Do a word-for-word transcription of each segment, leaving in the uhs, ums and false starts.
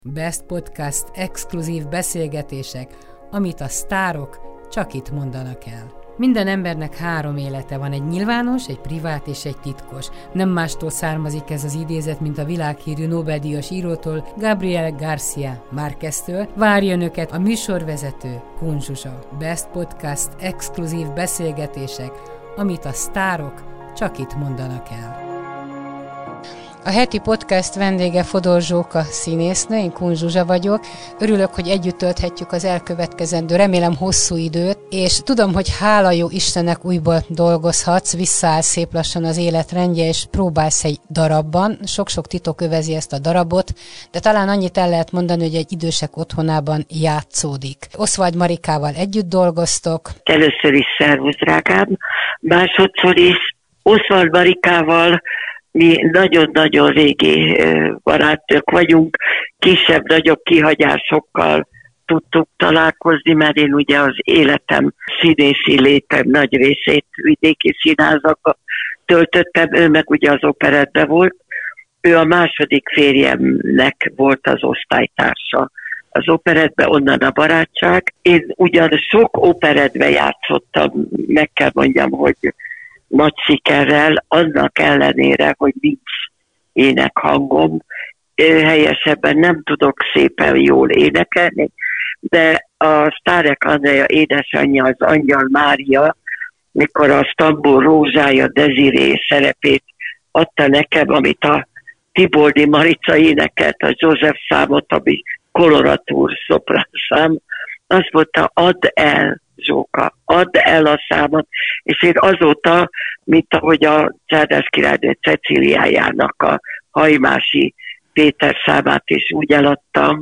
Best Podcast exkluzív beszélgetések, amit a sztárok csak itt mondanak el. Minden embernek három élete van, egy nyilvános, egy privát és egy titkos. Nem mástól származik ez az idézet, mint a világhírű Nobel-díjas írótól, Gabriel García Márqueztől. Várja önöket a műsorvezető, Kun Zsuzsa. Best Podcast exkluzív beszélgetések, amit a sztárok csak itt mondanak el. A heti podcast vendége Fodor Zsóka színésznő, én Kun Zsuzsa vagyok. Örülök, hogy együtt tölthetjük az elkövetkezendő, remélem hosszú időt, és tudom, hogy hála jó Istennek újból dolgozhatsz, visszaáll szép lassan az életrendje, és próbálsz egy darabban. Sok-sok titok övezi ezt a darabot, de talán annyit el lehet mondani, hogy egy idősek otthonában játszódik. Oswald Marikával együtt dolgoztok. Először is szervusz, drágám, másodszor is Oswald Marikával mi nagyon-nagyon régi barátok vagyunk, kisebb-nagyobb kihagyásokkal tudtuk találkozni, mert én ugye az életem színészi létem nagy részét vidéki színházakba töltöttem, ő meg ugye az operettben volt. Ő a második férjemnek volt az osztálytársa az operettben, onnan a barátság. Én ugyan sok operettben játszottam, meg kell mondjam, hogy nagy sikerrel, annak ellenére, hogy nincs énekhangom, helyesebben nem tudok szépen jól énekelni, de a Sztárek Andrea édesanyja, az Angyal Mária, mikor a Stambul Rózsája Desiré szerepét adta nekem, amit a Tiboldi Marica énekelt, a József számot, ami koloratúr szoprán szám, azt mondta, add el, Zsóka, add el a számot, és én azóta, mint ahogy a Csárdás királynő Cecíliájának a Hajmási Péter számát is úgy eladtam,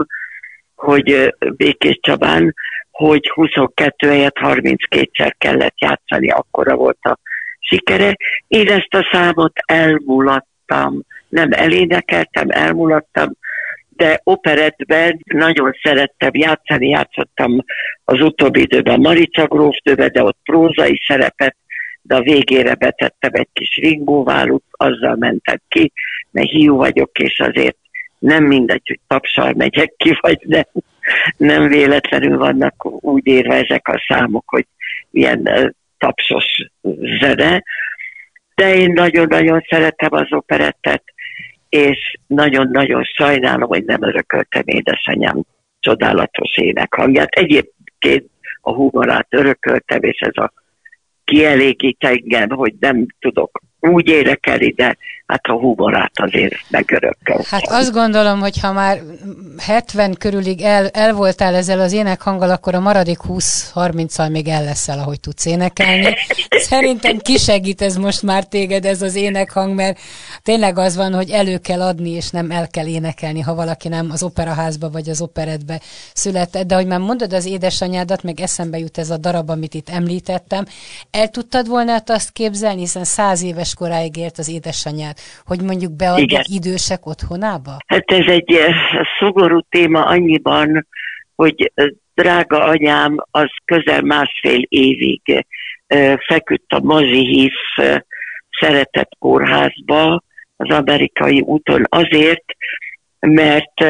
hogy Békés Csabán, hogy huszonkettő helyett harminckétszer kellett játszani, akkora volt a sikere. Én ezt a számot elmulattam, nem elénekeltem, elmulattam, de operettben nagyon szerettem játszani, játszottam az utóbbi időben Marica grófnőbe, de ott prózai szerepet, de a végére betettem egy kis ringóválut, azzal mentem ki, mert hiú vagyok, és azért nem mindegy, hogy tapsal megyek ki, vagy nem, nem véletlenül vannak úgy érve ezek a számok, hogy ilyen tapsos zene, de én nagyon-nagyon szeretem az operettet, és nagyon-nagyon sajnálom, hogy nem örököltem édesanyám csodálatos énekhangját. Egyébként a humorát örököltem, és ez a kielégít engem, hogy nem tudok úgy énekelni, de hát a humorát azért megörököltem. Hát azt gondolom, hogy ha már hetven körülig el, el voltál ezzel az énekhanggal, akkor a maradék húsz-harminccal még el leszel, ahogy tudsz énekelni. Szerintem kisegít ez most már téged ez az énekhang, mert tényleg az van, hogy elő kell adni, és nem el kell énekelni, ha valaki nem az operaházba vagy az operettbe született. De hogy már mondod az édesanyádat, meg eszembe jut ez a darab, amit itt említettem, el tudtad volna azt képzelni, hiszen száz éves koráig élt az édesanyád, hogy mondjuk beadják idősek otthonába? Hát ez egy szomorú téma annyiban, hogy drága anyám az közel másfél évig feküdt a Mazsihisz Szeretett Kórházba az amerikai úton azért, mert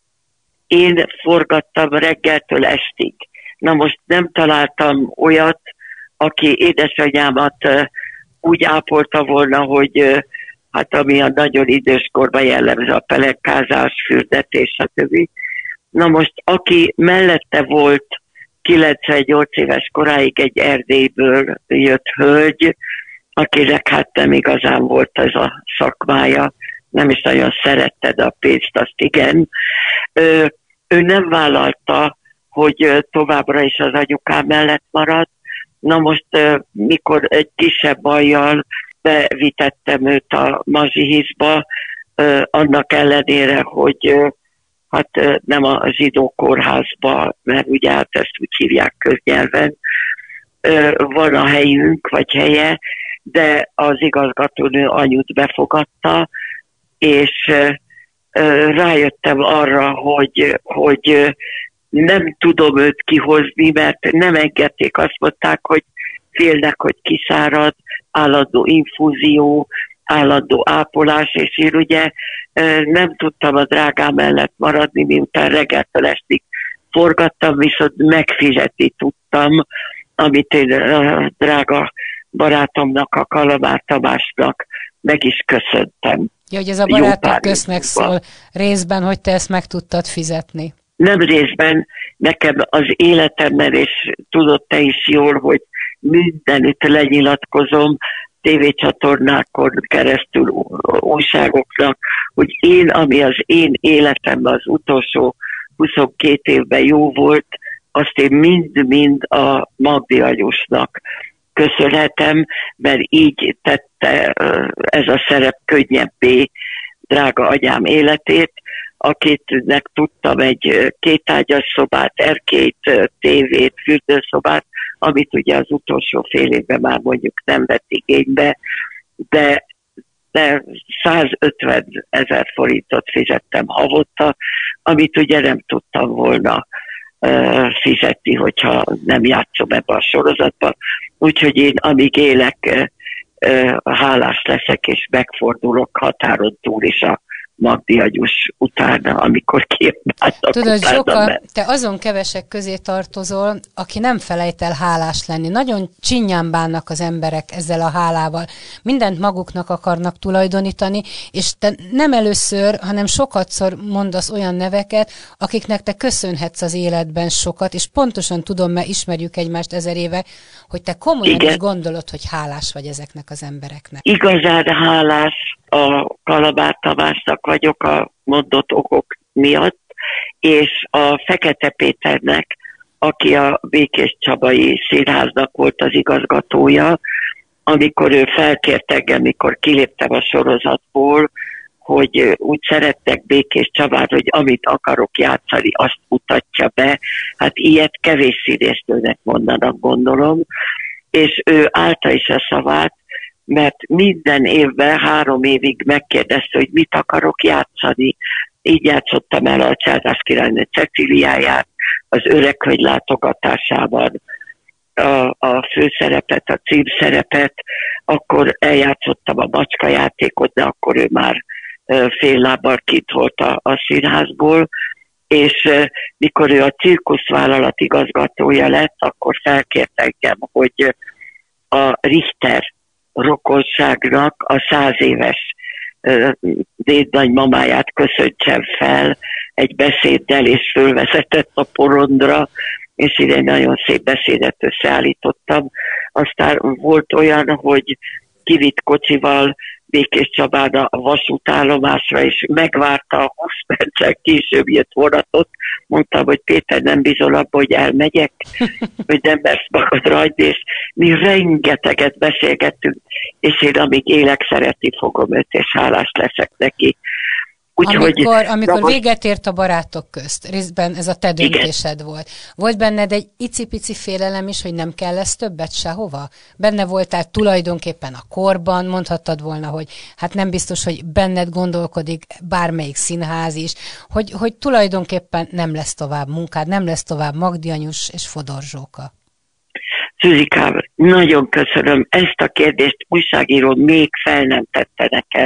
én forgattam reggeltől estig. Na most nem találtam olyat, aki édesanyámat úgy ápolta volna, hogy hát ami a nagyon időskorban jellemző, a pelenkázás, fürdetés, stb. Na most, aki mellette volt kilencvennyolc éves koráig egy Erdélyből jött hölgy, akinek hát nem igazán volt ez a szakmája, nem is nagyon szerette, de a pénzt azt igen. Ő, ő nem vállalta, hogy továbbra is az anyukám mellett marad. Na most, mikor egy kisebb bajjal bevitettem őt a Mazsihiszba, annak ellenére, hogy hát nem a zsidó kórházba, mert ugye hát ezt úgy hívják köznyelven, van a helyünk, vagy helye, de az igazgatónő anyut befogadta, és rájöttem arra, hogy, hogy nem tudom őt kihozni, mert nem engedték, azt mondták, hogy félnek, hogy kiszárad, állandó infúzió, állandó ápolás, és én ugye nem tudtam a drágám mellett maradni, miután reggeltől estig forgattam, viszont megfizetni tudtam, amit én a drága barátomnak, a Kalamár Tamásnak meg is köszöntem. Ja, hogy ez a barátok köznek szól részben, hogy te ezt meg tudtad fizetni. Nem részben, nekem az életemben, és tudod te is jól, hogy mindenütt lenyilatkozom, tévécsatornákon keresztül, újságoknak, hogy én, ami az én életemben az utolsó huszonkét évben jó volt, azt én mind-mind a Magdi anyusnak köszönhetem, mert így tette ez a szerep könnyebbé drága anyám életét, akitnek tudtam egy kétágyas szobát, erkélyt, tévét, fürdőszobát, amit ugye az utolsó fél évben már mondjuk nem vett igénybe, de, de százötven ezer forintot fizettem havonta, amit ugye nem tudtam volna uh, fizetni, hogyha nem játszom ebbe a sorozatba. Úgyhogy én amíg élek, uh, uh, hálás leszek, és megfordulok határon túl is a Magdi anyus utána, amikor kiabáltak. Tudod, Zsoka, te azon kevesek közé tartozol, aki nem felejt el hálás lenni. Nagyon csinyán bánnak az emberek ezzel a hálával. Mindent maguknak akarnak tulajdonítani, és te nem először, hanem sokatszor mondasz olyan neveket, akiknek te köszönhetsz az életben sokat, és pontosan tudom, mert ismerjük egymást ezer éve, hogy te komolyan Igen. is gondolod, hogy hálás vagy ezeknek az embereknek. Igazán hálás a Kalamár Tamásnak vagyok a mondott okok miatt, és a Fekete Péternek, aki a Békés Csabai Színháznak volt az igazgatója, amikor ő felkért engem, mikor kiléptem a sorozatból, hogy úgy szerettek Békés Csabán, hogy amit akarok játszani, azt mutatja be. Hát ilyet kevés színésznőnek mondanak, gondolom. És ő állta is a szavát, mert minden évben három évig megkérdezte, hogy mit akarok játszani. Így játszottam el a Csárdás királynő Cecíliáját, az Öreghölgy látogatásában a, a főszerepet, a címszerepet, akkor eljátszottam a macska játékot, de akkor ő már fél lábbal kint volt a, a színházból, és mikor ő a cirkuszvállalat igazgatója lett, akkor felkért engem, hogy a Richter rokonságnak a száz éves dédnagymamáját köszöntsem fel egy beszéddel, és fölvezetett a porondra, és én egy nagyon szép beszédet összeállítottam. Aztán volt olyan, hogy kivitt kocsival Békés Csabán a vasútállomásra, és megvárta a húsz perccel később jött vonatot. Mondtam, hogy Péter, nem bízol abba, hogy elmegyek, hogy nem mersz magadra hagyni, és mi rengeteget beszélgettünk, és én amíg élek, szeretni fogom őt, és hálás leszek neki. Úgyhogy, amikor amikor most... véget ért a barátok közt, részben ez a te döntésed Igen. volt. Volt benned egy icipici félelem is, hogy nem kell lesz többet sehova? Benne voltál tulajdonképpen a korban, mondhattad volna, hogy hát nem biztos, hogy benned gondolkodik bármelyik színház is, hogy, hogy tulajdonképpen nem lesz tovább munkád, nem lesz tovább Magdi anyus és Fodor Zsóka. Zsuzsikám, nagyon köszönöm. Ezt a kérdést újságíró még fel nem tette nekem.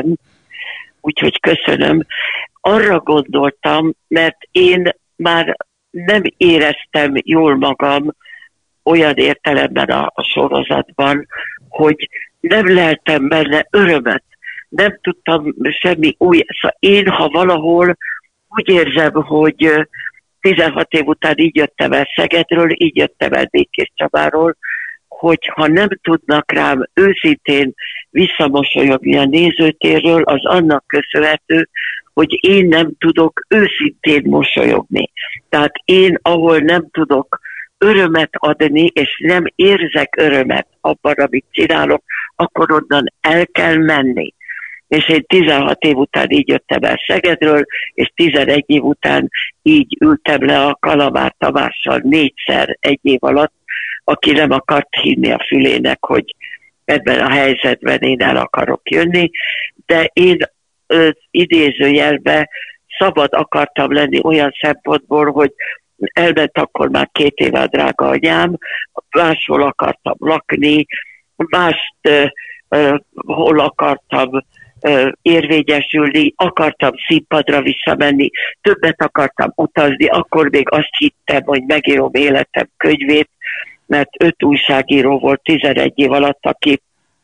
Úgyhogy köszönöm. Arra gondoltam, mert én már nem éreztem jól magam olyan értelemben a, a sorozatban, hogy nem leltem benne örömet. Nem tudtam semmi új. Szóval én, ha valahol úgy érzem, hogy tizenhat év után így jöttem el Szegedről, így jöttem el Békés Csabáról, hogy ha nem tudnak rám őszintén visszamosolyogni a nézőtérről, az annak köszönhető, hogy én nem tudok őszintén mosolyogni. Tehát én, ahol nem tudok örömet adni, és nem érzek örömet abban, amit csinálok, akkor onnan el kell menni. És én tizenhat év után így jöttem el Szegedről, és tizenegy év után így ültem le a Kalamár Tamással négyszer egy év alatt, aki nem akart hinni a fülének, hogy ebben a helyzetben én el akarok jönni, de én az idézőjelben szabad akartam lenni olyan szempontból, hogy elment akkor már két éve a drága anyám, máshol akartam lakni, mást hol akartam érvényesülni, akartam színpadra visszamenni, többet akartam utazni, akkor még azt hittem, hogy megírom életem könyvét, mert öt újságíró volt tizenegy év alatt, aki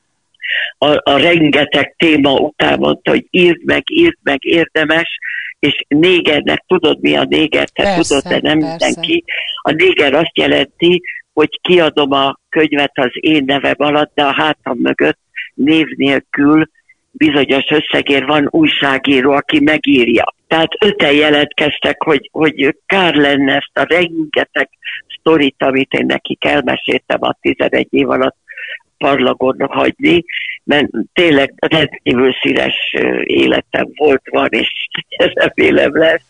a, a rengeteg téma után mondta, hogy írd meg, írd meg, érdemes, és négernek, tudod mi a néger, te persze, tudod, de nem persze. Mindenki. A néger azt jelenti, hogy kiadom a könyvet az én nevem alatt, de a hátam mögött név nélkül bizonyos összegér van újságíró, aki megírja. Tehát öten jelentkeztek, hogy, hogy kár lenne ezt a rengeteg sztorit, amit én nekik elmeséltem a tizenegy év alatt parlagon hagyni, mert tényleg rendkívül színes életem volt, van, és remélem lesz.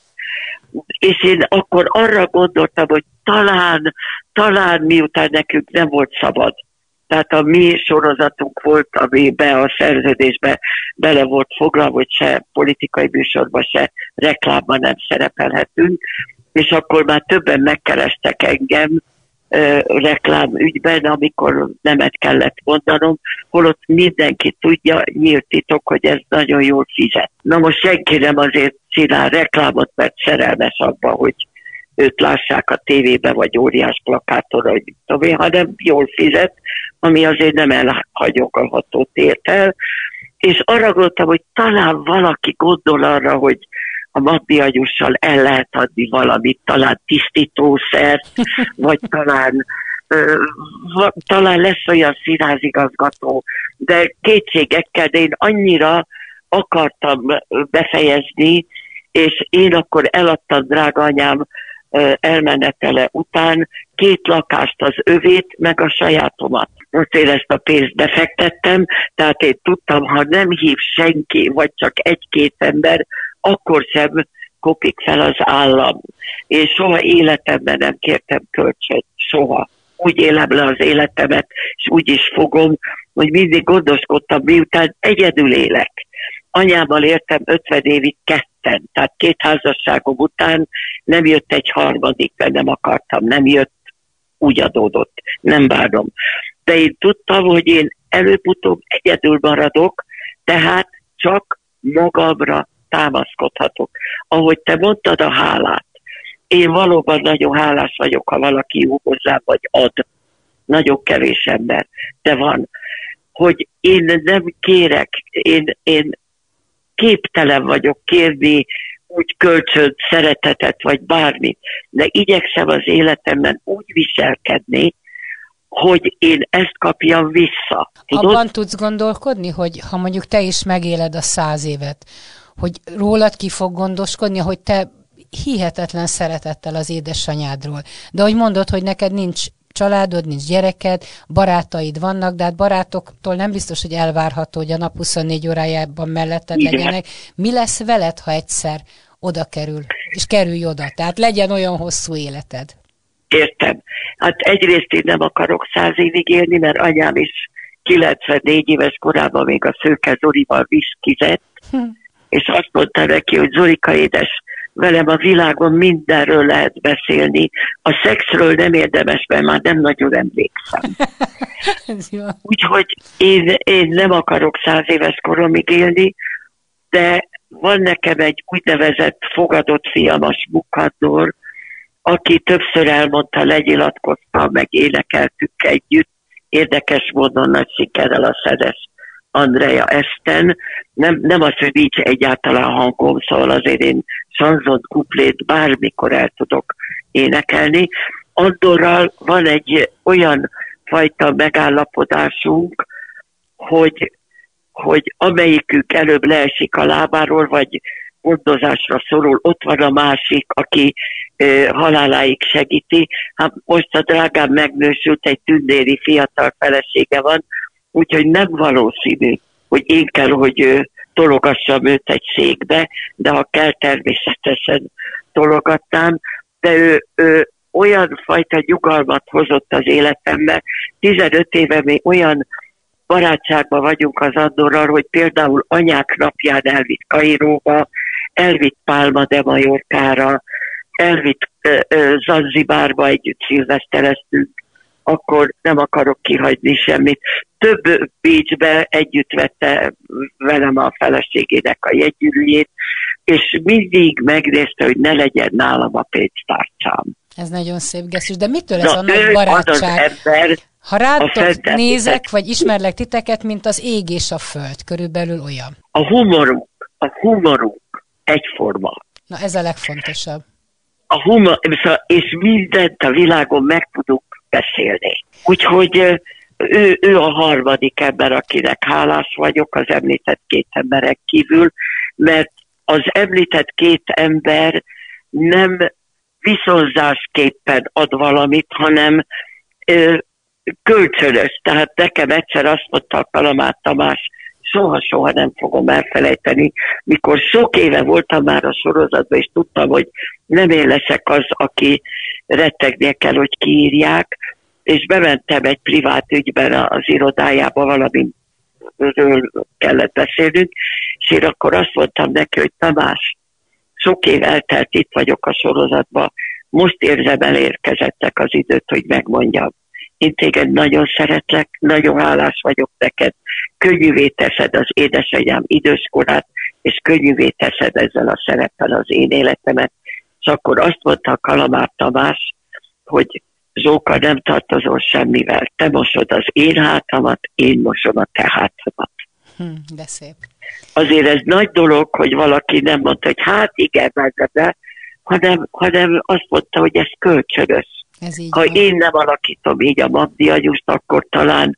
És én akkor arra gondoltam, hogy talán, talán miután nekünk nem volt szabad, tehát a mi sorozatunk volt, amiben a szerződésbe bele volt foglalva, hogy se politikai műsorban, se reklámban nem szerepelhetünk, és akkor már többen megkerestek engem uh, reklámügyben, amikor nemet kellett mondanom, holott mindenki tudja, nyílt titok, hogy ez nagyon jól fizet. Na most senki nem azért csinál reklámot, mert szerelmes abba, hogy őt lássák a tévébe, vagy óriás plakáton, vagy tudom én, hanem jól fizet, ami azért nem elhagyogolható tétel. És arra gondoltam, hogy talán valaki gondol arra, hogy a magdiagyussal el lehet adni valamit, talán tisztítószert, vagy talán, ö, talán lesz olyan színházigazgató, de kétségekkel, de én annyira akartam befejezni, és én akkor eladtam drága anyám elmenetele után két lakást, az övét, meg a sajátomat. Most én ezt a pénzt befektettem, tehát én tudtam, ha nem hív senki, vagy csak egy-két ember, akkor sem kopik fel az állam. Én soha életemben nem kértem kölcsönt, soha. Úgy élem le az életemet, és úgy is fogom, hogy mindig gondoskodtam, miután egyedül élek. Anyámmal éltem ötven évig ketten, tehát két házasságom után nem jött egy harmadik, mert nem akartam, nem jött, úgy adódott, nem bánom. De én tudtam, hogy én előbb-utóbb egyedül maradok, tehát csak magamra támaszkodhatok. Ahogy te mondtad a hálát, én valóban nagyon hálás vagyok, ha valaki jó hozzám vagy ad. Nagyon kevés ember, de van. Hogy én nem kérek, én, én képtelen vagyok kérni úgy kölcsönt, szeretetet, vagy bármit, de igyekszem az életemben úgy viselkedni, hogy én ezt kapjam vissza. Tudod? Abban tudsz gondolkodni, hogy ha mondjuk te is megéled a száz évet, hogy rólad ki fog gondoskodni, hogy te hihetetlen szeretettel az édesanyádról. De hogy mondod, hogy neked nincs családod, nincs gyereked, barátaid vannak, de hát barátoktól nem biztos, hogy elvárható, hogy a nap huszonnégy órájában melletted igen. legyenek. Mi lesz veled, ha egyszer oda kerül, és kerülj oda? Tehát legyen olyan hosszú életed. Értem. Hát egyrészt én nem akarok száz évig élni, mert anyám is kilencvennégy éves korában még a Szőke Zolival viszkizett, hm. és azt mondta neki, hogy Zolika édes, velem a világon mindenről lehet beszélni. A szexről nem érdemes, mert már nem nagyon emlékszem. Úgyhogy én, én nem akarok száz éves koromig élni, de van nekem egy úgynevezett fogadott fiam, a Smukador, aki többször elmondta, lenyilatkozta, meg énekeltük együtt, érdekes módon nagy sikerrel a Szedes Andrea Esten. Nem, nem az, hogy nincs egyáltalán hangom, szóval azért én sanzon kuplét bármikor el tudok énekelni. Andorral van egy olyan fajta megállapodásunk, hogy, hogy amelyikünk előbb leesik a lábáról, vagy gondozásra szorul, ott van a másik, aki ö, haláláig segíti. Hát most a drágám megnősült, egy tündéri fiatal felesége van, úgyhogy nem valószínű, hogy én kell, hogy ő, tologassam őt egy székbe, de ha kell, természetesen tologatnám, de ő, ő olyan fajta nyugalmat hozott az életembe. tizenöt éve még olyan barátságban vagyunk az Andorral, hogy például anyák napján elvitt Kairóba, elvitt Palma de Mallorcára, elvitt uh, uh, Zanzibárba, együtt szilvesztereztünk, akkor nem akarok kihagyni semmit. több Bécsbe együtt vette velem a feleségének a jegygyűrűjét, és mindig megnézte, hogy ne legyen nálam a pénztárcám. Ez nagyon szép gesztus, de mitől ez Na, a nagy barátság? Ember, ha rátok nézek, vagy ismerlek titeket, mint az ég és a föld, körülbelül olyan. A humorunk, a humorunk egyforma. Na ez a legfontosabb. A humor, és mindent a világon meg tudunk beszélni. Úgyhogy ő, ő a harmadik ember, akinek hálás vagyok az említett két emberek kívül, mert az említett két ember nem viszonzásképpen ad valamit, hanem ö, kölcsönös. Tehát nekem egyszer azt mondta a Kalamár Tamás, soha-soha nem fogom elfelejteni, mikor sok éve voltam már a sorozatban, és tudtam, hogy nem én leszek az, aki rettegnie kell, hogy kiírják, és bementem egy privát ügyben az irodájába, valamiről kellett beszélnünk, és én akkor azt mondtam neki, hogy Tamás, sok év eltelt, itt vagyok a sorozatban, most érzem, elérkezettek az időt, hogy megmondjam. Én téged nagyon szeretlek, nagyon hálás vagyok neked, könnyűvé teszed az édesanyám időskorát, és könnyűvé teszed ezzel a szereppel az én életemet. És akkor azt mondta a Kalamár Tamás, hogy Zsóka, nem tartozol semmivel, te mosod az én hátamat, én mosom a te hátamat. Hm, de szép. Azért ez nagy dolog, hogy valaki nem mondta, hogy hát igen, de, hanem, hanem azt mondta, hogy ez kölcsönös. Ez így ha van. én nem alakítom így a magdiagyust, akkor talán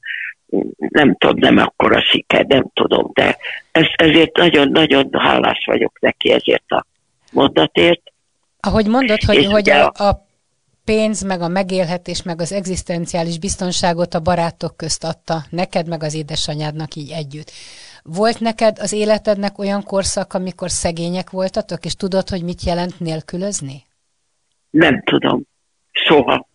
nem tudom, nem akkora siker, nem tudom, de ez, ezért nagyon-nagyon hálás vagyok neki ezért a mondatért. Ahogy mondod, hogy, hogy a, a, a pénz, meg a megélhetés, meg az egzisztenciális biztonságot a barátok közt adta neked, meg az édesanyádnak így együtt. Volt neked az életednek olyan korszak, amikor szegények voltatok, és tudod, hogy mit jelent nélkülözni? Nem tudom. Soha.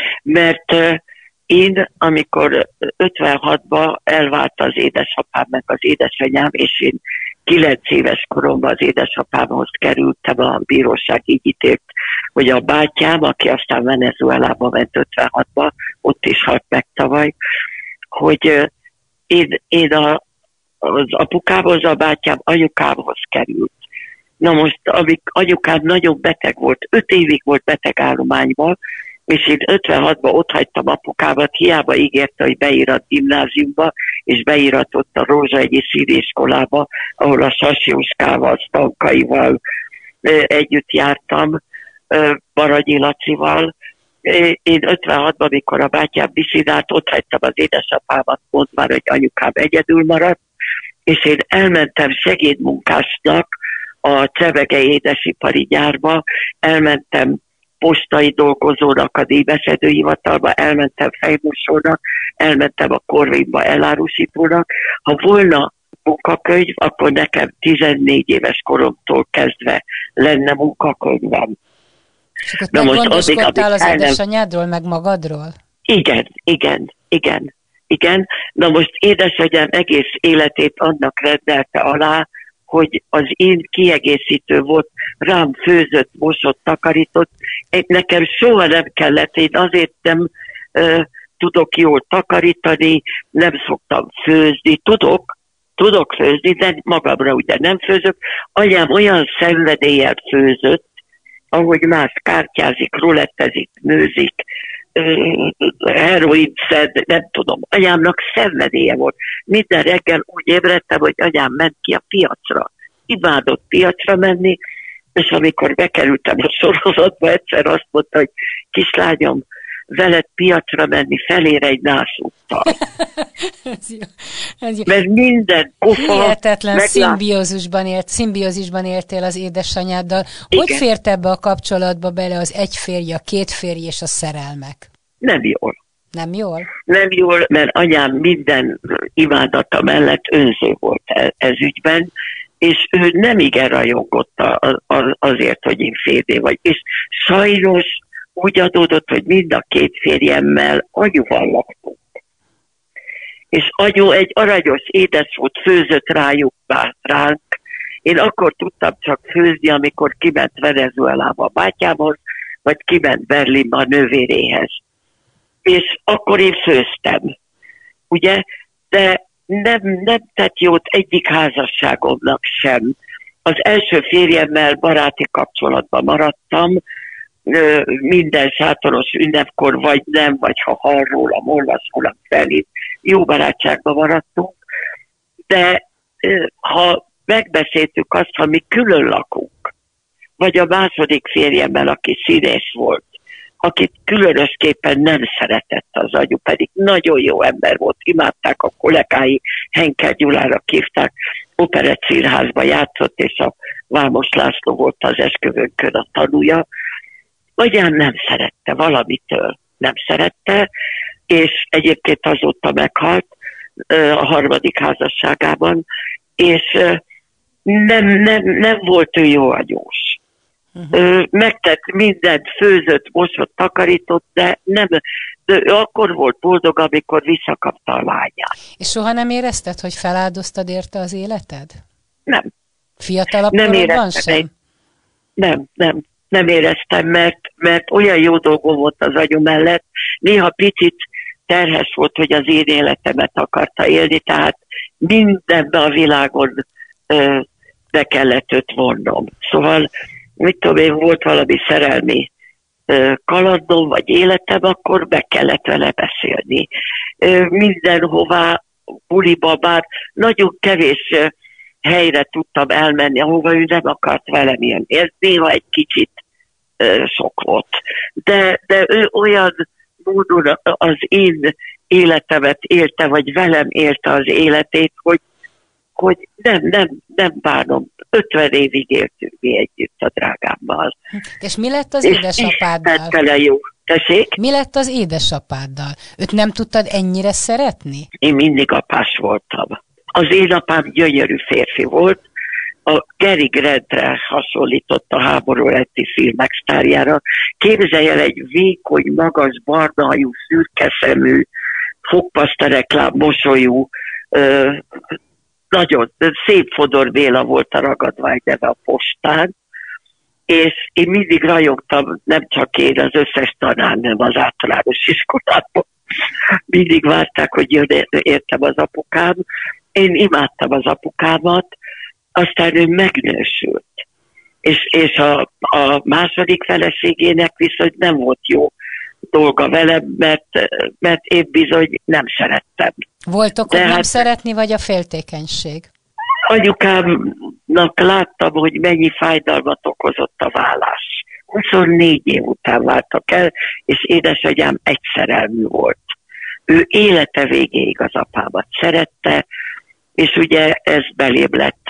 Mert uh, én, amikor ötvenhatban elvált az édesapám, meg az édesanyám, és én kilenc éves koromban az édesapámhoz kerültem, a bíróság így ítélt, hogy a bátyám, aki aztán Venezuelába ment ötvenhatban, ott is halt meg tavaly, hogy uh, én, én a, az apukámhoz, a bátyám anyukámhoz került. Na most, amíg anyukám nagyon beteg volt, öt évig volt beteg állományban, és én ötvenhatban ott hagytam apukámat, hiába ígérte, hogy beírat gimnáziumba, és beíratott a Rózsaegyi Színiskolába, ahol a Sas Jóskával, Stankaival együtt jártam, Baranyi Lacival. Én ötvenhatban, mikor a bátyám diszidált, ott hagytam az édesapámat, mondd már, hogy anyukám egyedül maradt, és én elmentem segédmunkásnak a Csevegei édesipari gyárba, elmentem postai dolgozónak a díjbeszedőhivatalba, elmentem fejmosónak, elmentem a Corvinba elárusítónak. Ha volna munkakönyv, akkor nekem tizennégy éves koromtól kezdve lenne munkakönyvem. És akkor te gondoskodtál az édesanyádról, meg magadról? Igen, igen, igen, igen. Na most édesanyám egész életét annak rendelte alá, hogy az én kiegészítő volt, rám főzött, mosott, takarított. Nekem soha nem kellett, én azért nem uh, tudok jól takarítani, nem szoktam főzni, tudok, tudok főzni, de magamra ugye nem főzök. Anyám olyan szenvedéllyel főzött, ahogy más kártyázik, rulettezik, nőzik, heroin szed, nem tudom. Anyámnak szenvedélye volt. Minden reggel úgy ébredtem, hogy anyám ment ki a piacra. Imádott piacra menni, és amikor bekerültem a sorozatba, egyszer azt mondta, hogy kislányom, veled piacra menni felére egy nászúttal. ez jó. Ez jó. Mert minden kofa... Hihetetlen meglát... szimbiózusban, élt, szimbiózusban éltél az édesanyáddal. Hogy Igen. fért ebbe a kapcsolatba bele az egy férj, a két férj és a szerelmek? Nem jól. Nem jól? Nem jól, mert anyám minden imádata mellett önző volt ez ügyben, és ő nem igen rajongott azért, hogy én férjé vagy. És sajnos úgy adódott, hogy mind a két férjemmel anyuval laktunk. És anyu egy aranyos, édes volt, főzött rájuk már ránk. Én akkor tudtam csak főzni, amikor kiment Venezuelába a bátyámhoz, vagy kiment Berlinbe a nővéréhez. És akkor én főztem. Ugye? de nem, nem tett jót egyik házasságomnak sem. Az első férjemmel baráti kapcsolatban maradtam, minden sátoros ünnepkor, vagy nem, vagy ha hall rólam, olvas rólam felé, jó barátságban maradtunk, de ha megbeszéltük azt, ha mi külön lakunk, vagy a második férjemmel, aki színész volt, akit különösképpen nem szeretett az anyu, pedig nagyon jó ember volt, imádták a kollégái, Henkel Gyulára hívták, Operett Színházba játszott, és a Vámos László volt az esküvőnkön a tanúja. Anyám nem szerette, valamitől nem szerette, és egyébként azóta meghalt a harmadik házasságában, és nem, nem, nem volt ő jó anyós. Uh-huh. Megtett mindent, főzött, mosott, takarított, de nem, de akkor volt boldog, amikor visszakapta a lányát. És soha nem érezted, hogy feláldoztad érte az életed? Nem. Fiatalabb korodban sem? Egy, nem, nem. Nem éreztem, mert, mert olyan jó dolgom volt az agyom mellett, néha picit terhes volt, hogy az én életemet akarta élni, tehát mindenben a világon ö, be kellett őt vonnom. Szóval, mit tudom én, volt valami szerelmi ö, kalandom, vagy életem, akkor be kellett vele beszélni. Ö, mindenhová, buliba, bár nagyon kevés ö, helyre tudtam elmenni, ahova ő nem akart velem jönni. Ez néha egy kicsit ö, sok volt. De, de ő olyan módon az én életemet élte, vagy velem élte az életét, hogy, hogy nem, nem, nem bánom. ötven évig éltünk mi együtt a drágámmal. És mi lett az és édesapáddal? Jó. Tessék? Mi lett az édesapáddal? Őt nem tudtad ennyire szeretni? Én mindig apás voltam. Az én apám gyönyörű férfi volt, a Cary Grantre hasonlított a háború előtti filmek sztárjára. Képzelj el egy vékony, magas, barnahajú, szürke szemű, fogpasztareklám, mosolyú, ö, nagyon szép Fodor Béla volt a ragadvány neve a postán, és én mindig rajongtam, nem csak én, az összes tanár, nem az általános iskolában. Mindig várták, hogy jön értem az apukám. Én imádtam az apukámat, aztán ő megnősült. És, és a, a második feleségének viszont nem volt jó dolga velem, mert, mert én bizony nem szerettem. Volt okod nem hát, szeretni, vagy a féltékenység? Anyukámnak láttam, hogy mennyi fájdalmat okozott a vállás. huszonnégy év után váltak el, és édesanyám egyszerelmű volt. Ő élete végéig az apámat szerette, és ugye ez belébb lett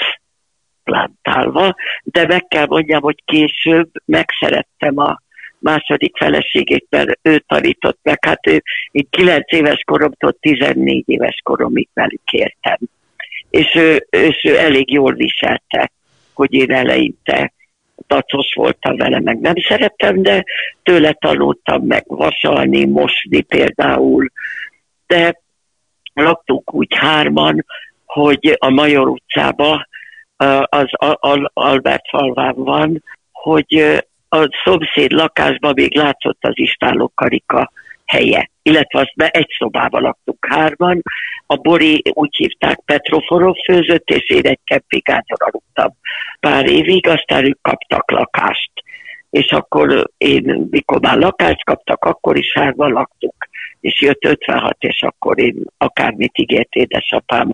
plántálva, de meg kell mondjam, hogy később megszerettem a második feleségét, mert ő tanított meg. Hát ő, én kilenc éves koromtól tizennégy éves koromig velük értem. És ő, és ő elég jól viselte, hogy én eleinte dacos voltam vele, meg nem szerettem, de tőle tanultam meg vasalni, mosni például. De laktunk úgy hárman, hogy a Major utcában, az Albert falván van, hogy a szomszéd lakásban még látszott az istálló karika helye, illetve azt be egy szobában laktunk hárman. A Bori úgy hívták, Petroforov főzött, és én egy kempingágyon aludtam pár évig, aztán ők kaptak lakást. És akkor én, mikor már lakást kaptak, akkor is hárman laktunk. És jött ötvenhat, és akkor én akármit ígért édesapám.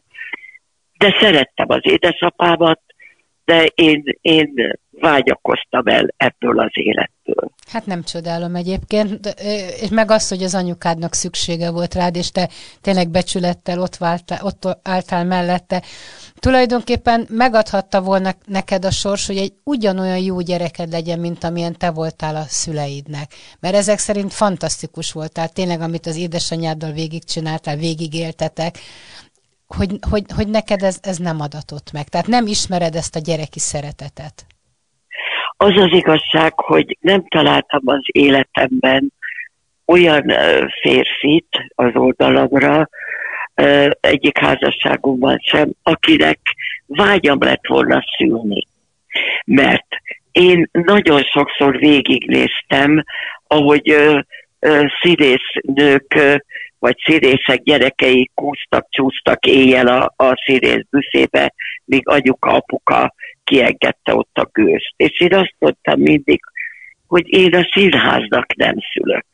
De szerettem az édesapámat, de én, én vágyakoztam el ebből az életből. Hát nem csodálom egyébként, és meg az, hogy az anyukádnak szüksége volt rád, és te tényleg becsülettel ott, váltál, ott álltál mellette. Tulajdonképpen megadhatta volna neked a sors, hogy egy ugyanolyan jó gyereked legyen, mint amilyen te voltál a szüleidnek. Mert ezek szerint fantasztikus voltál, tényleg, amit az édesanyáddal végigcsináltál, végigéltetek, hogy, hogy, hogy neked ez, ez nem adatott meg. Tehát nem ismered ezt a gyereki szeretetet. Az az igazság, hogy nem találtam az életemben olyan férfit az oldalamra, egyik házasságomban sem, akinek vágyam lett volna szülni. Mert én nagyon sokszor végignéztem, ahogy színésznők vagy színészek gyerekei kúztak, csúsztak éjjel a, a színész büszébe, míg anyuka, apuka kiengedte ott a gőzt. És én azt mondtam mindig, hogy én a színháznak nem szülök.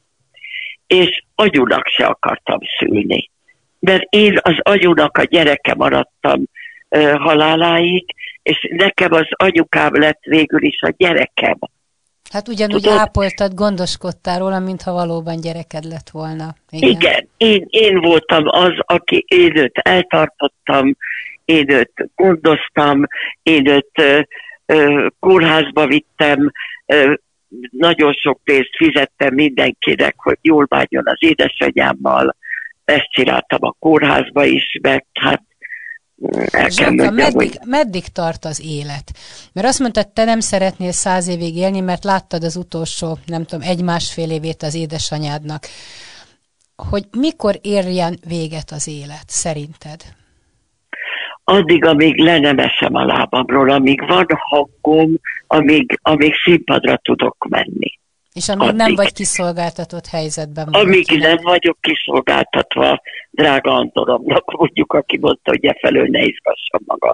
És anyunak se akartam szülni. Mert én az anyunak a gyereke maradtam uh, haláláig, és nekem az anyukám lett végül is a gyerekem. Hát ugyanúgy Tudod? ápoltad, gondoskodtál róla, mintha valóban gyereked lett volna. Igen, Igen én, én voltam az, aki én őt eltartottam, én őt gondoztam, én őt ö, ö, kórházba vittem, ö, nagyon sok pénzt fizettem mindenkinek, hogy jól bánjon az édesanyámmal, ezt csináltam a kórházba is, mert hát el Zsóka, kell mondjam, meddig, hogy... meddig tart az élet? Mert azt mondtad, te nem szeretnél száz évig élni, mert láttad az utolsó, nem tudom, egy-másfél évét az édesanyádnak. Hogy mikor érjen véget az élet, szerinted? Addig, amíg le nem esem a lábamról, amíg van hangom, amíg, amíg színpadra tudok menni. És amíg addig. Nem vagy kiszolgáltatott helyzetben. Amíg nem vagyok kiszolgáltatva drága Andonomnak, mondjuk, aki mondta, hogy e felől ne izgassam magam.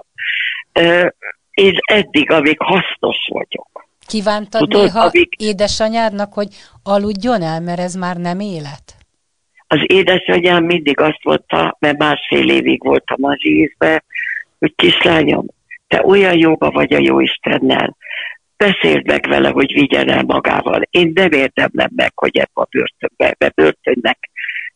Én eddig, amíg hasznos vagyok. Kívántad Tudod, néha amíg... édesanyádnak, hogy aludjon el, mert ez már nem élet? Az édesanyám mindig azt mondta, mert másfél évig voltam az ízbe, hogy kislányom, te olyan jóba vagy a Jóistennel, beszéld meg vele, hogy vigyen el magával. Én nem érdemlem meg, hogy ebbe a börtönbe, mert börtönnek,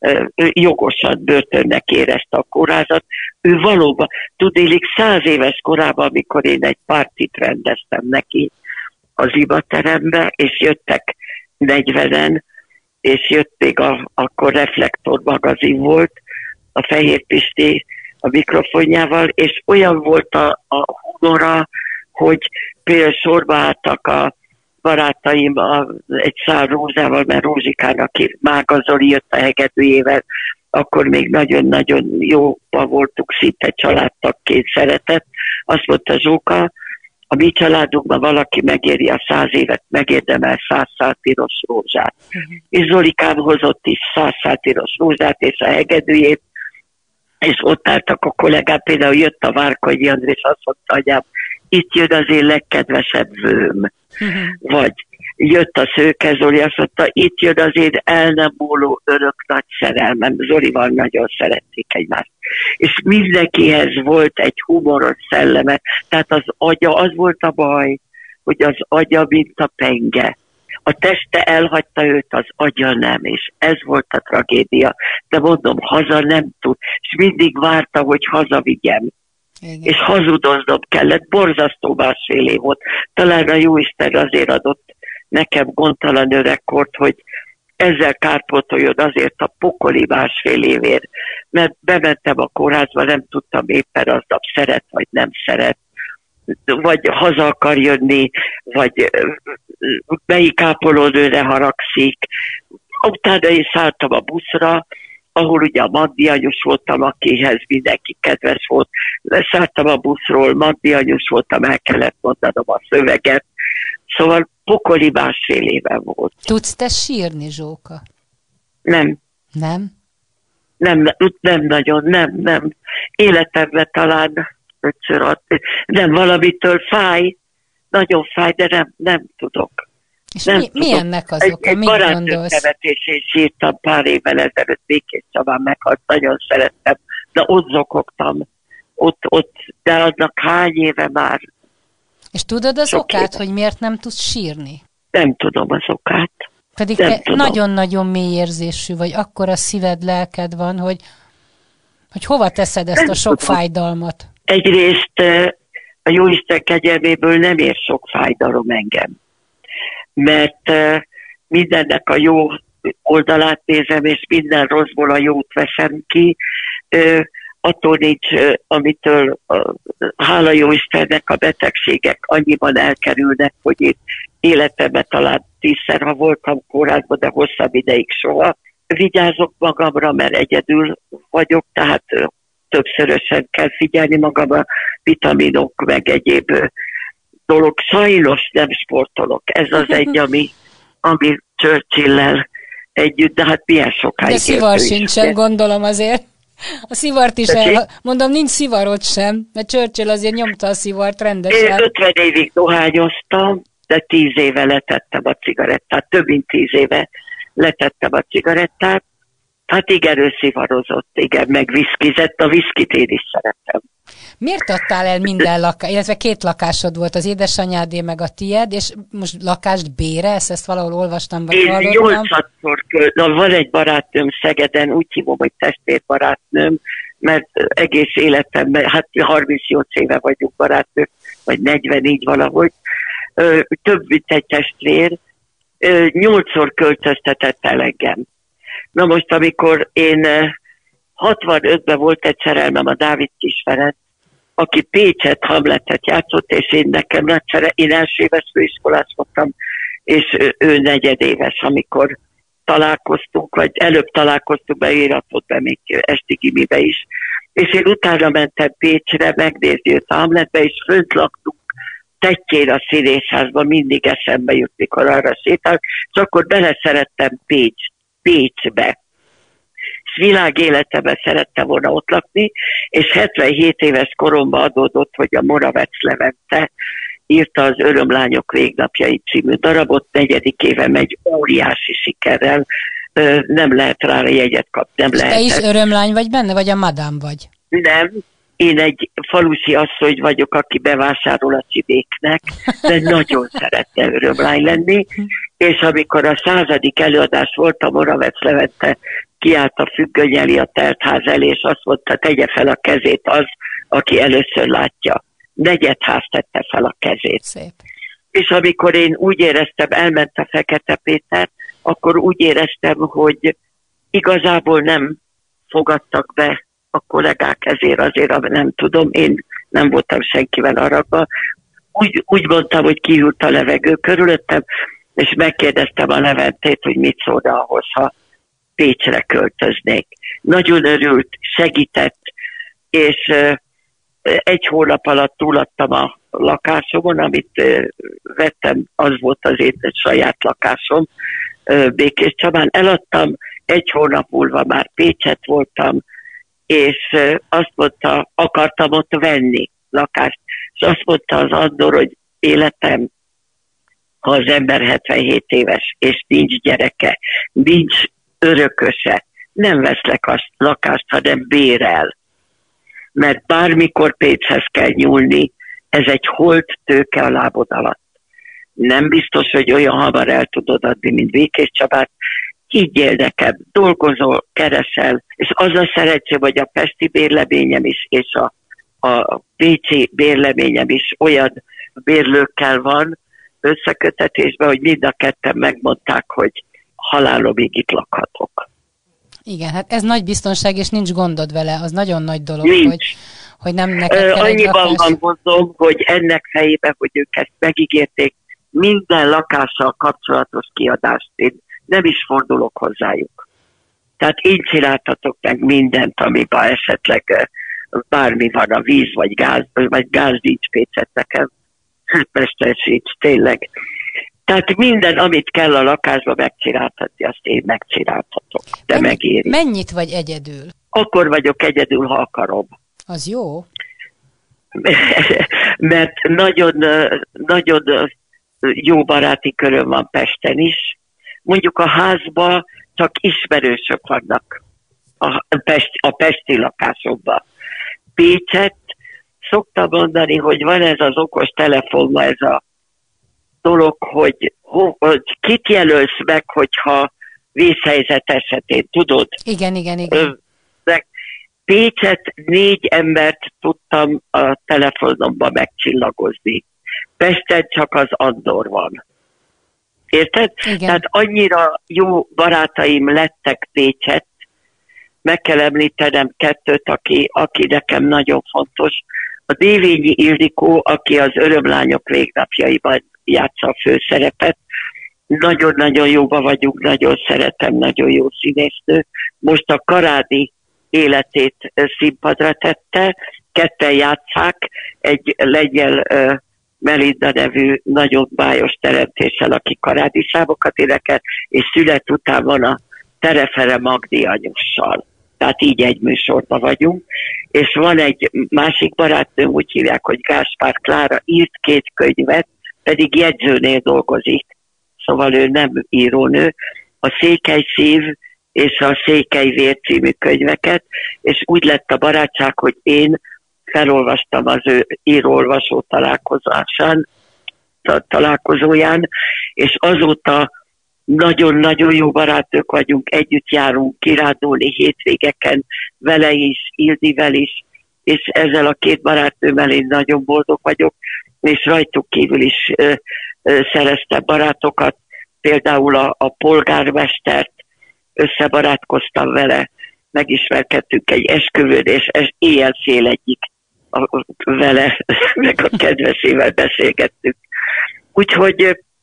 jogosan börtönnek érezte a kórházat. Ő valóban, tudélik, száz éves korában, amikor én egy partit rendeztem neki az ibaterembe, és jöttek negyvenen, és jött még a, akkor Reflektor magazin volt, a Fehér Pisti a mikrofonjával, és olyan volt a, a humora, hogy például sorba álltak a barátaim a, egy szál rózával, mert Rózsikának Mága Zoli jött a hegedűjével, akkor még nagyon-nagyon jóban voltunk, szinte családtagként szeretett. Azt mondta Zsóka, a mi családunkban valaki megéri a száz évet, megérdemel száz száltíros rózsát. Uh-huh. És Zolikám hozott is száz száltíros rózsát és a hegedűjét, és ott álltak a kollégák, például jött a Várkonyi András, és azt mondta, anyám, itt jön az én legkedvesebb vőm. Uh-huh. Vagy jött a Szőke Zoli, azt mondta, itt jön az én el nem múló örök nagy szerelmem. Zolival nagyon szerették egymást. És mindenkihez volt egy humoros szelleme. Tehát az agya, az volt a baj, hogy az agya, mint a penge. A teste elhagyta őt, az agya nem, és ez volt a tragédia. De mondom, haza nem tud, és mindig várta, hogy hazavigyem. Igen. És hazudoznom kellett, borzasztó másfél év volt. Talán a Jóisten azért adott nekem gondtalan öregkort, hogy ezzel kárpótoljon azért a pokoli másfél évért, mert bementem a kórházba, nem tudtam éppen aznap szeret, vagy nem szeret, vagy haza akar jönni, vagy melyik ápolónőre haragszik. Utána én szálltam a buszra, ahol ugye a Magdi anyus voltam, akihez mindenki kedves volt. Leszálltam a buszról, Magdi anyus voltam, el kellett mondanom a szöveget. Szóval pokoli másfél éven volt. Tudsz te sírni, Zsóka? Nem. Nem? Nem, nem nagyon, nem, nem. Életemben talán ötször ad. Nem, valamitől fáj, nagyon fáj, de nem, nem tudok. És nem mi, mi ennek az oka? Egy, egy barátnőm temetésén sírtam pár évvel ezelőtt, Békés Csabán meghalt, nagyon szerettem, de ott zokogtam, ott, ott, de annak hány éve már. És tudod az okát, éve. Hogy miért nem tudsz sírni? Nem tudom az okát. Pedig nem te tudom. Nagyon-nagyon mély érzésű vagy, akkora szíved, lelked van, hogy, hogy hova teszed ezt nem a sok tudom. Fájdalmat? Egyrészt a Jóisten kegyelméből nem ér sok fájdalom engem. Mert uh, mindennek a jó oldalát nézem, és minden rosszból a jót veszem ki. Uh, attól nincs, uh, amitől uh, hála jó Istennek a betegségek annyiban elkerülnek, hogy én életemben talán tízszer, ha voltam kórházban, de hosszabb ideig soha. Vigyázok magamra, mert egyedül vagyok, tehát uh, többszörösen kell figyelni magamra, vitaminok, meg egyéb uh, dolog. Sajnos nem sportolok. Ez az egy, ami, ami Churchill-lel együtt, de hát milyen sokáig. De szivar sincsen, is, gondolom azért. A szivart is el... Mondom, nincs szivarod sem, mert Churchill azért nyomta a szivart rendesen. Én ötven évig dohányoztam, de tíz éve letettem a cigarettát, több mint tíz éve letettem a cigarettát. Hát igen, ő szivarozott, igen, meg viszkizett, a viszkit én is szeretem. Miért adtál el minden lakást, illetve két lakásod volt, az édesanyádé meg a tied, és most lakást bérelsz? Ezt valahol olvastam, vagy én hallottam? Én nyolcadszor költ, na, van egy barátnőm Szegeden, úgy hívom, hogy testvérbarátnőm, mert egész életemben, hát harmincnyolc éve vagyunk barátnők, vagy negyven, így valahogy, több mint egy testvér, nyolcszor költöztetett el engem. Na most, amikor én hatvanötben volt egy szerelmem, a Dávid Kisferet, aki Pécset, Hamletet játszott, és én nekem nagy szere, én első éves főiskolás voltam, és ő negyedéves, amikor találkoztunk, vagy előbb találkoztunk, be íratott be még esti gimibe is. És én utána mentem Pécsre, megnézni őt a Hamletbe, és fönt laktunk tetjén a színészházban, mindig eszembe jut, mikor arra sétálok, és akkor beleszerettem Pécs, Pécsbe. És világ életemben szerettem volna ott lakni, és hetvenhét éves koromban adódott, hogy a Moravec Levente írta az Örömlányok végnapjai című darabot, negyedik éve megy óriási sikerrel, nem lehet rá jegyet kapni. Nem és lehet. Te is örömlány vagy benne, vagy a madám vagy? Nem, én egy falusi asszony vagyok, aki bevásárol a csibéknek, de nagyon szeretne örömlány lenni, és amikor a századik előadás volt, a Moravec Levente kiállt a függöny elé a teltház elé, és azt mondta, tegye fel a kezét az, aki először látja. Negyedház tette fel a kezét. Szép. És amikor én úgy éreztem, elment a Fekete Péter, akkor úgy éreztem, hogy igazából nem fogadtak be a kollégák, ezért azért nem tudom, én nem voltam senkivel arabban. Úgy, úgy mondtam, hogy kihűlt a levegő körülöttem, és megkérdeztem a Leventét, hogy mit szólna ahhoz, ha Pécsre költöznék. Nagyon örült, segített, és egy hónap alatt túladtam a lakásomon, amit vettem, az volt az én saját lakásom Békés Csabán. Eladtam, egy hónap múlva már Pécset voltam, és azt mondta, akartam ott venni lakást, és azt mondta az Andor, hogy életem, ha az ember hetvenhét éves, és nincs gyereke, nincs örököse, nem veszlek a lakást, hanem bérel. Mert bármikor Pécshez kell nyúlni, ez egy holt tőke a lábod alatt. Nem biztos, hogy olyan hamar el tudod adni, mint Békés Csabát. Higgyél nekem, dolgozol, keresel, és az a szerencsém, hogy a pesti bérleményem is, és a, a pécsi bérleményem is olyan bérlőkkel van összekötetésben, hogy mind a ketten megmondták, hogy halálomig itt lakhatok. Igen, hát ez nagy biztonság, és nincs gondod vele, az nagyon nagy dolog, nincs. hogy, hogy nem neked kell annyiban egy lakás. van gondom, hogy ennek fejében, hogy ők ezt megígérték, minden lakással kapcsolatos kiadást én nem is fordulok hozzájuk. Tehát én csináltatok meg mindent, amiben esetleg bármi van, a víz, vagy gáz, vagy gáz nincs Pécset nekem. Pesten sincs, tényleg. Tehát minden, amit kell a lakásba megcsináltatni, azt én megcsináltatok. De Mennyi, megéri. Mennyit vagy egyedül? Akkor vagyok egyedül, ha akarom. Az jó? Mert nagyon, nagyon jó baráti köröm van Pesten is. Mondjuk a házban csak ismerősök vannak a, Pest, a pesti lakásokban. Pécset szoktam mondani, hogy van ez az okos telefonban ez a dolog, hogy, hogy kit jelölsz meg, hogyha vészhelyzet esetén, tudod? Igen, igen, igen. Pécset négy embert tudtam a telefonomba megcsillagozni. Pesten csak az Andor van. Érted? Igen. Tehát annyira jó barátaim lettek Pécset, meg kell említenem kettőt, aki, aki nekem nagyon fontos. A Dévényi Ildikó, aki az Örömlányok végnapjaiban játsza a főszerepet. Nagyon-nagyon jóba vagyunk, nagyon szeretem, nagyon jó színésznő. Most a Karádi életét színpadra tette, ketten játsszák, egy lengyel uh, Melinda nevű nagyon bájos teremtéssel, aki karádi számokat énekel, és szület után van a Terefere Magdi anyussal. Tehát így egy műsorban vagyunk. És van egy másik barátnőm, úgy hívják, hogy Gáspár Klára, írt két könyvet, pedig jegyzőnél dolgozik. Szóval ő nem írónő. A Székely szív és a Székely vér című könyveket, és úgy lett a barátság, hogy én felolvastam az ő író-olvasó találkozásán, találkozóján, és azóta nagyon-nagyon jó barátok vagyunk, együtt járunk kirándulni hétvégeken, vele is, Ildivel is, és ezzel a két barátnőmmel én nagyon boldog vagyok, és rajtuk kívül is ö, ö, szereztem barátokat, például a, a polgármestert, összebarátkoztam vele, megismerkedtünk egy esküvőn, és ez éjjel-szél egyik a, vele, meg a kedvesével beszélgettünk. Úgyhogy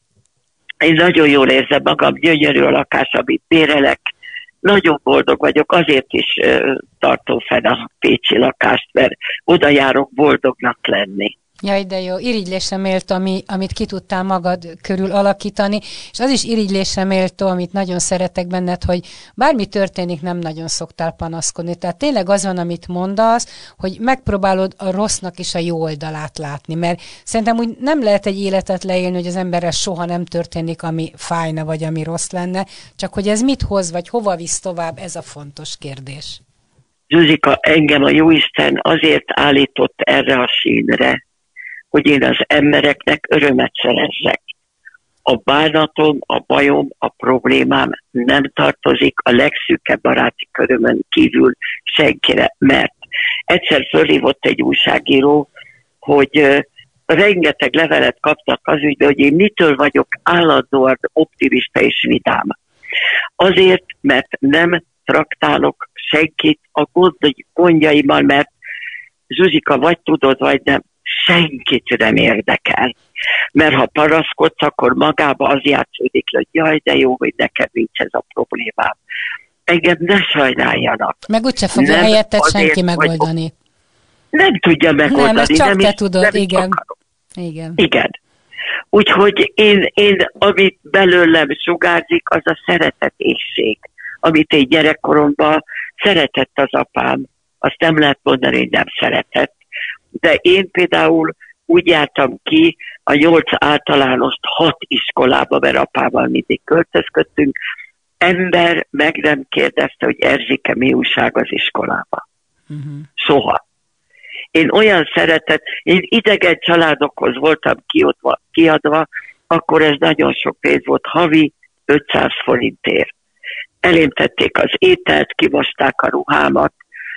én nagyon jól érzem magam, gyönyörű a lakás, amit bérelek, nagyon boldog vagyok, azért is uh, tartom fenn a pécsi lakást, mert oda járok boldognak lenni. Jaj, de jó, irigylésre méltó, ami, amit ki tudtál magad körül alakítani, és az is irigylésre méltó, amit nagyon szeretek benned, hogy bármi történik, nem nagyon szoktál panaszkodni. Tehát tényleg az van, amit mondasz, hogy megpróbálod a rossznak is a jó oldalát látni, mert szerintem úgy nem lehet egy életet leélni, hogy az emberrel soha nem történik, ami fájna, vagy ami rossz lenne, csak hogy ez mit hoz, vagy hova visz tovább, ez a fontos kérdés. Zsuzsika, engem a Jóisten azért állított erre a színre, hogy én az embereknek örömet szerezzek. A bánatom, a bajom, a problémám nem tartozik a legszűkebb baráti körömön kívül senkire, mert egyszer fölhívott egy újságíró, hogy uh, rengeteg levelet kaptak az ügybe, hogy én mitől vagyok állandóan optimista és vidám. Azért, mert nem traktálok senkit a gondjaimmal, mert Zsuzsika, vagy tudod, vagy nem, senkit nem érdekel. Mert ha panaszkodsz, akkor magába az játszódik, hogy jaj, de jó, hogy nekem nincs ez a problémám. Engem ne sajnáljanak. Meg úgyse fogja helyettet senki megoldani. Vagy, nem tudja megoldani. Nem, ezt csak nem te is, tudod, nem igen. Igen. Igen. Úgyhogy én, én, amit belőlem sugárzik, az a szeretetésség, amit én gyerekkoromban szeretett az apám. Azt nem lehet mondani, hogy nem szeretett. De én például úgy jártam ki a nyolc általánost hat iskolába, mert apával mindig költözködtünk. Ember meg nem kérdezte, hogy Erzsike, mi újság az iskolába. Uh-huh. Soha. Én olyan szeretet, én idegen családokhoz voltam kiadva, kiadva, akkor ez nagyon sok pénz volt, havi ötszáz forintért. Elém tették az ételt, kimosták a ruhámat,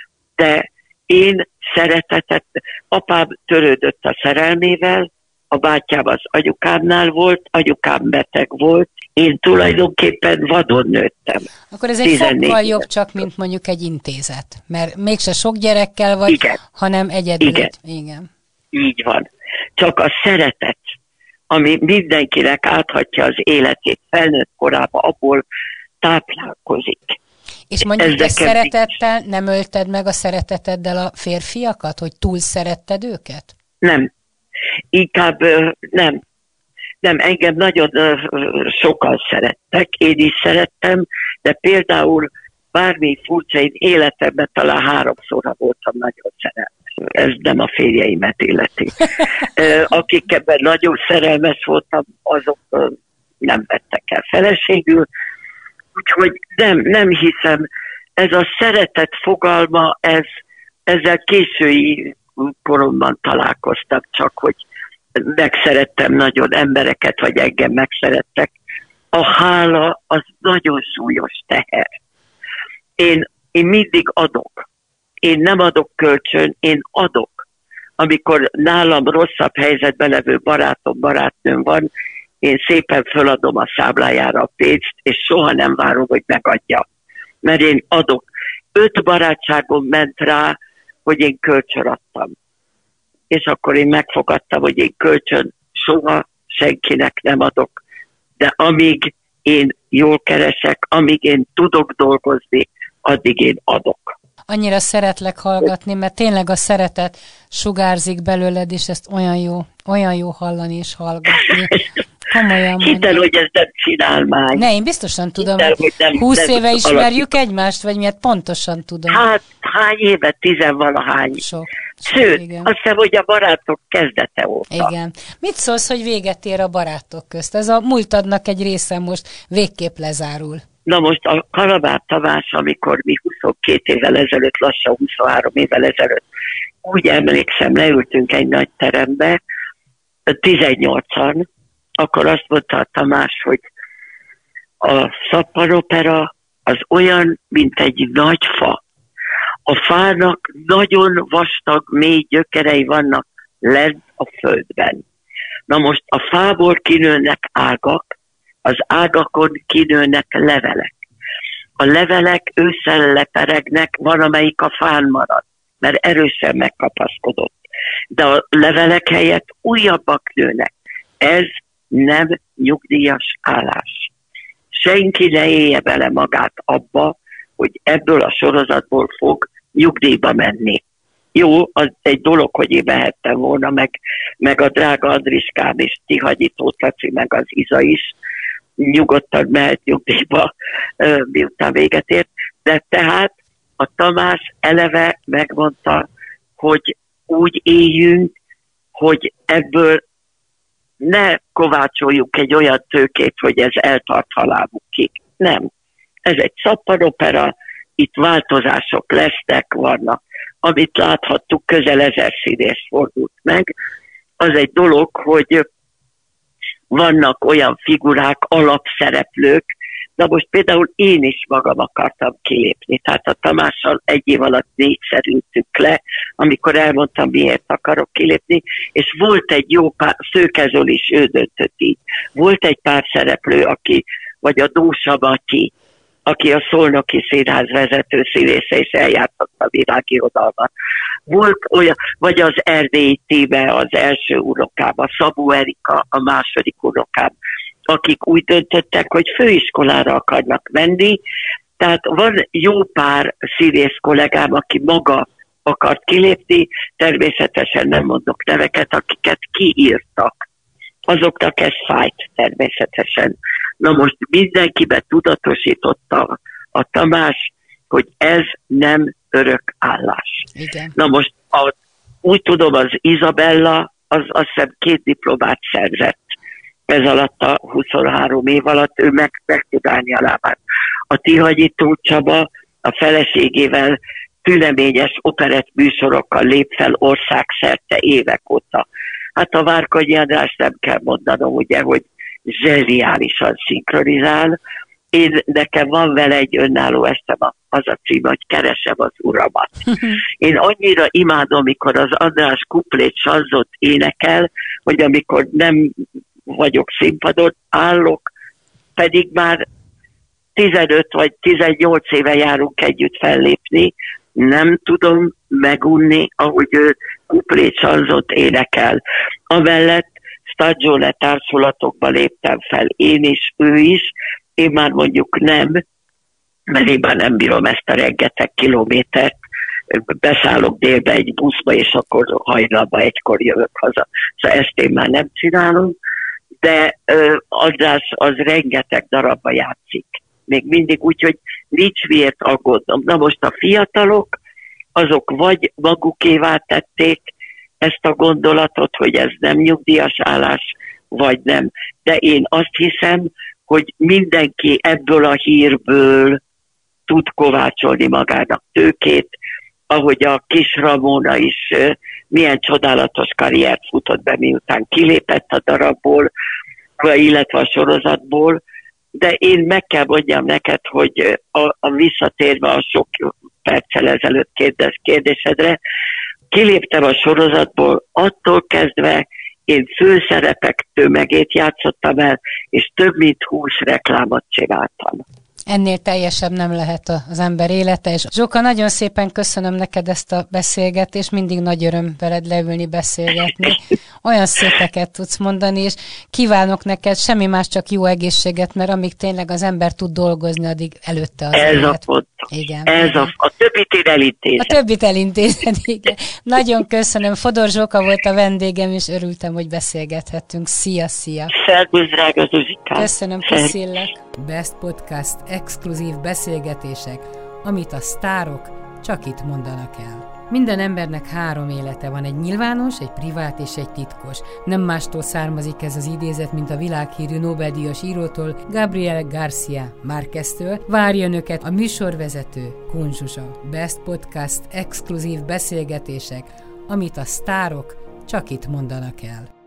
de én szeretetet, apám törődött a szerelmével, a bátyám az anyukámnál volt, anyukám beteg volt, én tulajdonképpen vadon nőttem. Akkor ez egy fokkal jobb csak, mint mondjuk egy intézet, mert mégse sok gyerekkel vagy, igen, hanem egyedül. Igen. Igen. Így van. Csak a szeretet, ami mindenkinek áthatja az életét felnőtt korában, abból táplálkozik. És mondjuk a szeretettel nem ölted meg a szereteteddel a férfiakat, hogy túl szeretted őket? Nem. Inkább nem. Nem, engem nagyon sokan szerettek, én is szerettem, de például bármi furcsa, én életemben talán háromszorra voltam nagyon szerelmes. Ez nem a férjeimet illeti. Akik ebben nagyon szerelmes voltam, azok nem vettek el feleségül. Úgyhogy nem, nem hiszem, ez a szeretet fogalma, ez, ezzel késői koromban találkoztam, csak hogy megszerettem nagyon embereket, vagy engem megszerettek. A hála az nagyon súlyos teher. Én, én mindig adok. Én nem adok kölcsön, én adok. Amikor nálam rosszabb helyzetben levő barátom, barátnőm van, én szépen föladom a számlájára a pénzt, és soha nem várom, hogy megadja. Mert én adok. Öt barátságom ment rá, hogy én kölcsön adtam. És akkor én megfogadtam, hogy én kölcsön soha senkinek nem adok. De amíg én jól keresek, amíg én tudok dolgozni, addig én adok. Annyira szeretlek hallgatni, mert tényleg a szeretet sugárzik belőled, és ezt olyan jó, olyan jó hallani és hallgatni. Komolyan Hidd el, hogy ez nem csinálmány. Ne, én biztosan tudom, el, hogy nem, húsz nem éve ismerjük alakít. egymást, vagy miért pontosan tudom. Hát hány éve, tizenvalahány. Sok. Sőt, igen. azt hiszem, hogy a barátok kezdete óta. Igen. Mit szólsz, hogy véget ér a barátok közt? Ez a múltadnak egy része most végképp lezárul. Na most a Kalabár Tamás, amikor mi huszonkét évvel ezelőtt, lassan huszonhárom évvel ezelőtt, úgy emlékszem, leültünk egy nagy terembe, tizennyolcan, akkor azt mondta a Tamás, hogy a szappanopera az olyan, mint egy nagy fa. A fának nagyon vastag, mély gyökerei vannak lent a földben. Na most a fából kinőnek ágak, az ágakon kinőnek levelek. A levelek ősszel leperegnek, van amelyik a fán marad, mert erősen megkapaszkodott. De a levelek helyett újabbak nőnek. Ez nem nyugdíjas állás. Senki ne élje bele magát abba, hogy ebből a sorozatból fog nyugdíjba menni. Jó, az egy dolog, hogy én mehettem volna, meg, meg a drága Andriskám és Tihanyi Tóth Laci, meg az Iza is nyugodtan mehet nyugdíjba, miután véget ért. De tehát a Tamás eleve megmondta, hogy úgy éljünk, hogy ebből ne kovácsoljuk egy olyan tőkét, hogy ez eltart halálukig. Nem. Ez egy szappanopera, itt változások lesznek, vannak. Amit láthattuk, közel ezer színész fordult meg. Az egy dolog, hogy vannak olyan figurák, alapszereplők, de most például én is magam akartam kilépni. Tehát a Tamással egy év alatt négyszer ültünk le, amikor elmondtam, miért akarok kilépni, és volt egy jó pár, Szőkezöl is, ő döntött így. Volt egy pár szereplő, aki, vagy a Dósa Matyi, aki a Szolnoki Színház vezető színésze, és eljátszotta a világirodalmat. Volt olyan, vagy az Erdélyi Tíme az első unokában, Szabó Erika a második unokában, akik úgy döntöttek, hogy főiskolára akarnak menni. Tehát van jó pár színész kollégám, aki maga akart kilépni, természetesen nem mondok neveket, akiket kiírtak. Azoknak ez fájt természetesen. Na most mindenkiben tudatosította a Tamás, hogy ez nem örök állás. Igen. Na most a, úgy tudom, az Izabella, az azt hiszem két diplomát szerzett ez alatt a huszonhárom év alatt, ő meg, meg tud állni a lábát. A Tihanyi Tóth Csaba a feleségével tüleményes operett műsorokkal lép fel országszerte évek óta. Hát a Várkonyi András nem kell mondanom, ugye, hogy zseniálisan szinkronizál. Én, nekem van vele egy önálló estem, az a cím, hogy Keresem az Uramat. Én annyira imádom, amikor az András kuplét sanzot énekel, hogy amikor nem vagyok színpadon, állok, pedig már tizenöt vagy tizennyolc éve járunk együtt fellépni, nem tudom megunni, ahogy ő kuplét sanzot énekel. Amellett Stagione társulatokba léptem fel, én is, ő is, én már mondjuk nem, mert én már nem bírom ezt a rengeteg kilométert, beszállok délbe egy buszba, és akkor hajnalba egykor jövök haza. Szóval ezt én már nem csinálom, de uh, András az rengeteg darabba játszik. Még mindig úgy, hogy nincs miért aggódnom. Na most a fiatalok, azok vagy magukévá tették ezt a gondolatot, hogy ez nem nyugdíjas állás, vagy nem. De én azt hiszem, hogy mindenki ebből a hírből tud kovácsolni magának tőkét, ahogy a kis Ramona is milyen csodálatos karriert futott be, miután kilépett a darabból, illetve a sorozatból, de én meg kell mondjam neked, hogy a, a visszatérve a sok perccel ezelőtt kérdez kérdésedre, kiléptem a sorozatból, attól kezdve én főszerepek tömegét játszottam el, és több mint húsz reklámot csináltam. Ennél teljesebb nem lehet az ember élete, és Zsóka, nagyon szépen köszönöm neked ezt a beszélgetést, mindig nagy öröm veled leülni, beszélgetni. Olyan szépeket tudsz mondani, és kívánok neked semmi más, csak jó egészséget, mert amíg tényleg az ember tud dolgozni, addig előtte az Ez élet. a pont. Igen. Ez igen. A, a többit én elintézem. A többit elintézed, igen. Nagyon köszönöm. Fodor Zsóka volt a vendégem, és örültem, hogy beszélgethettünk. Szia, szia! Szervusz, drága Zsuzsikám! Köszönöm, puszillek! Best Podcast exkluzív beszélgetések, amit a sztárok csak itt mondanak el. Minden embernek három élete van, egy nyilvános, egy privát és egy titkos. Nem mástól származik ez az idézet, mint a világhírű Nobel-díjas írótól, Gabriel García Márqueztől. Várja önöket a műsorvezető, Kun Zsuzsa. Best Podcast exkluzív beszélgetések, amit a sztárok csak itt mondanak el.